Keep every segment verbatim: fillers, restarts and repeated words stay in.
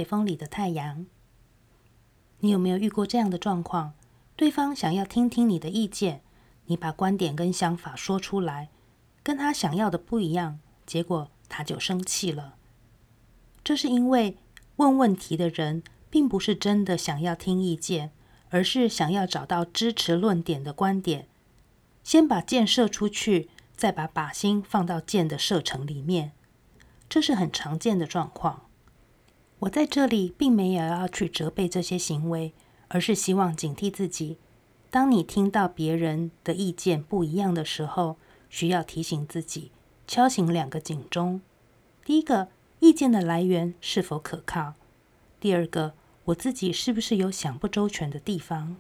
北风里的太阳。你有没有遇过这样的状况？对方想要听听你的意见，你把观点跟想法说出来，跟他想要的不一样，结果他就生气了。这是因为问问题的人并不是真的想要听意见，而是想要找到支持论点的观点，先把箭射出去，再把靶心放到箭的射程里面。这是很常见的状况。我在这里并没有要去责备这些行为，而是希望警惕自己，当你听到别人的意见不一样的时候，需要提醒自己，敲醒两个警钟。第一个，意见的来源是否可靠？第二个，我自己是不是有想不周全的地方？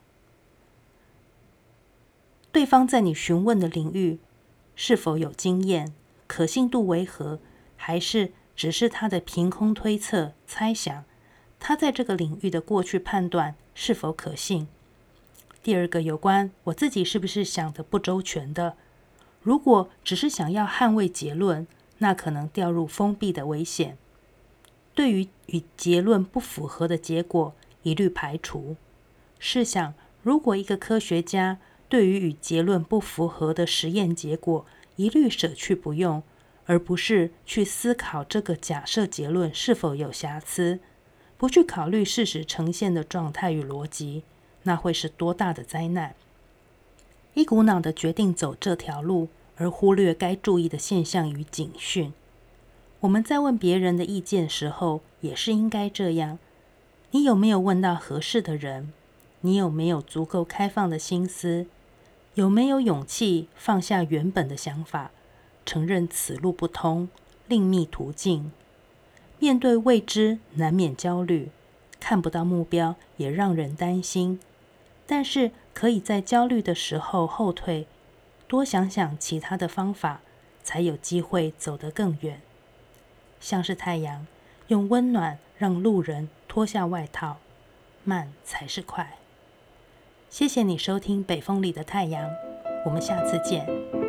对方在你询问的领域是否有经验，可信度为何，还是只是他的凭空推测、猜想？他在这个领域的过去判断是否可信？第二个，有关我自己是不是想得不周全的？如果只是想要捍卫结论，那可能掉入封闭的危险。对于与结论不符合的结果，一律排除。试想，如果一个科学家对于与结论不符合的实验结果，一律舍去不用，而不是去思考这个假设结论是否有瑕疵，不去考虑事实呈现的状态与逻辑，那会是多大的灾难？一股脑的决定走这条路，而忽略该注意的现象与警讯。我们在问别人的意见时候，也是应该这样。你有没有问到合适的人？你有没有足够开放的心思？有没有勇气放下原本的想法，承认此路不通，另觅途径？面对未知，难免焦虑，看不到目标，也让人担心。但是可以在焦虑的时候后退，多想想其他的方法，才有机会走得更远。像是太阳，用温暖让路人脱下外套，慢才是快。谢谢你收听《北风里的太阳》，我们下次见。